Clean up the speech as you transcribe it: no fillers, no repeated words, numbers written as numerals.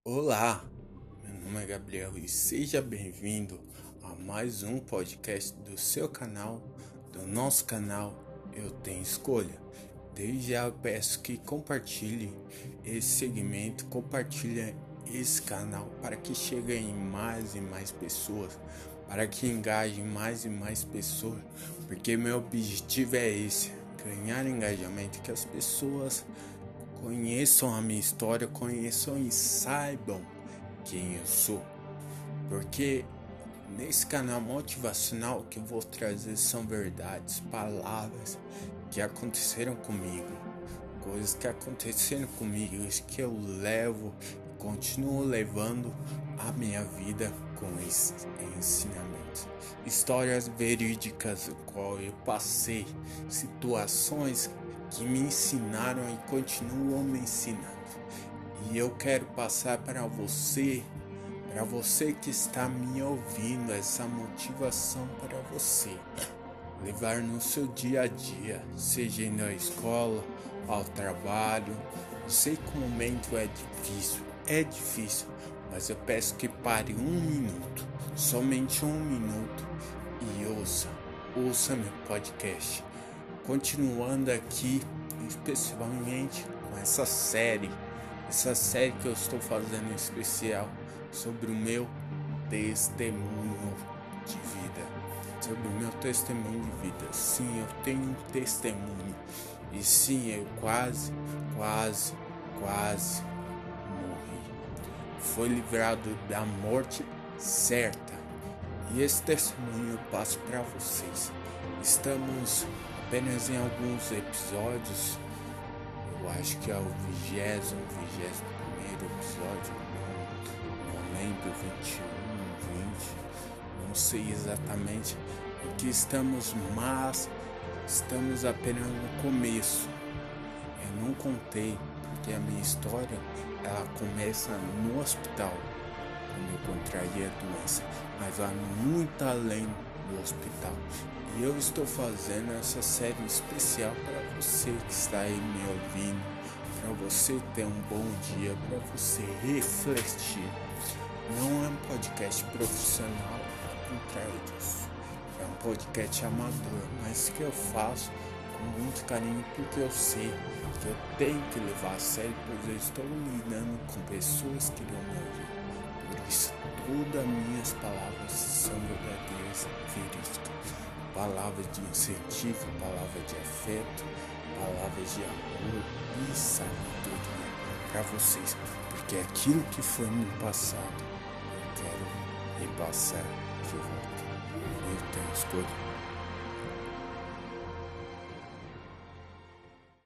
Olá, meu nome é Gabriel e seja bem-vindo a mais um podcast do seu canal, do nosso canal Eu Tenho Escolha. Desde já eu peço que compartilhe esse segmento, compartilhe esse canal para que chegue em mais e mais pessoas, para que engaje mais e mais pessoas, porque meu objetivo é esse, ganhar engajamento, que as pessoas conheçam a minha história, conheçam e saibam quem eu sou. Porque nesse canal motivacional que eu vou trazer são verdades, palavras que aconteceram comigo, coisas que aconteceram comigo, que eu levo e continuo levando a minha vida com esses ensinamentos. Histórias verídicas, o qual eu passei, situações que me ensinaram e continuam me ensinando. E eu quero passar para você que está me ouvindo, essa motivação para você levar no seu dia a dia, seja indo à escola, ao trabalho. Eu sei que o momento é difícil, mas eu peço que pare 1 minuto, somente 1 minuto e ouça meu podcast. Continuando aqui, especialmente com essa série que eu estou fazendo em especial sobre o meu testemunho de vida, Sim, eu tenho um testemunho, e sim, eu quase morri. Foi livrado da morte certa, e esse testemunho eu passo para vocês. Estamos apenas em alguns episódios, eu acho que é o 21º episódio, não lembro, 21, 20, não sei exatamente em que estamos, mas estamos apenas no começo. Eu não contei, porque a minha história, ela começa no hospital, quando eu contraí a doença, mas vai muito além do hospital. E eu estou fazendo essa série especial para você que está aí me ouvindo, para você ter um bom dia, para você refletir. Não é um podcast profissional, ao contrário disso. É um podcast amador, mas que eu faço com muito carinho, porque eu sei que eu tenho que levar a sério, pois eu estou lidando com pessoas que irão me ouvir. Por isso, todas as minhas palavras são verdadeiras e verídicas. Palavras de incentivo, palavras de afeto, palavras de amor e sabedoria para vocês, porque aquilo que foi no passado eu quero repassar de volta. Eu tenho escolha.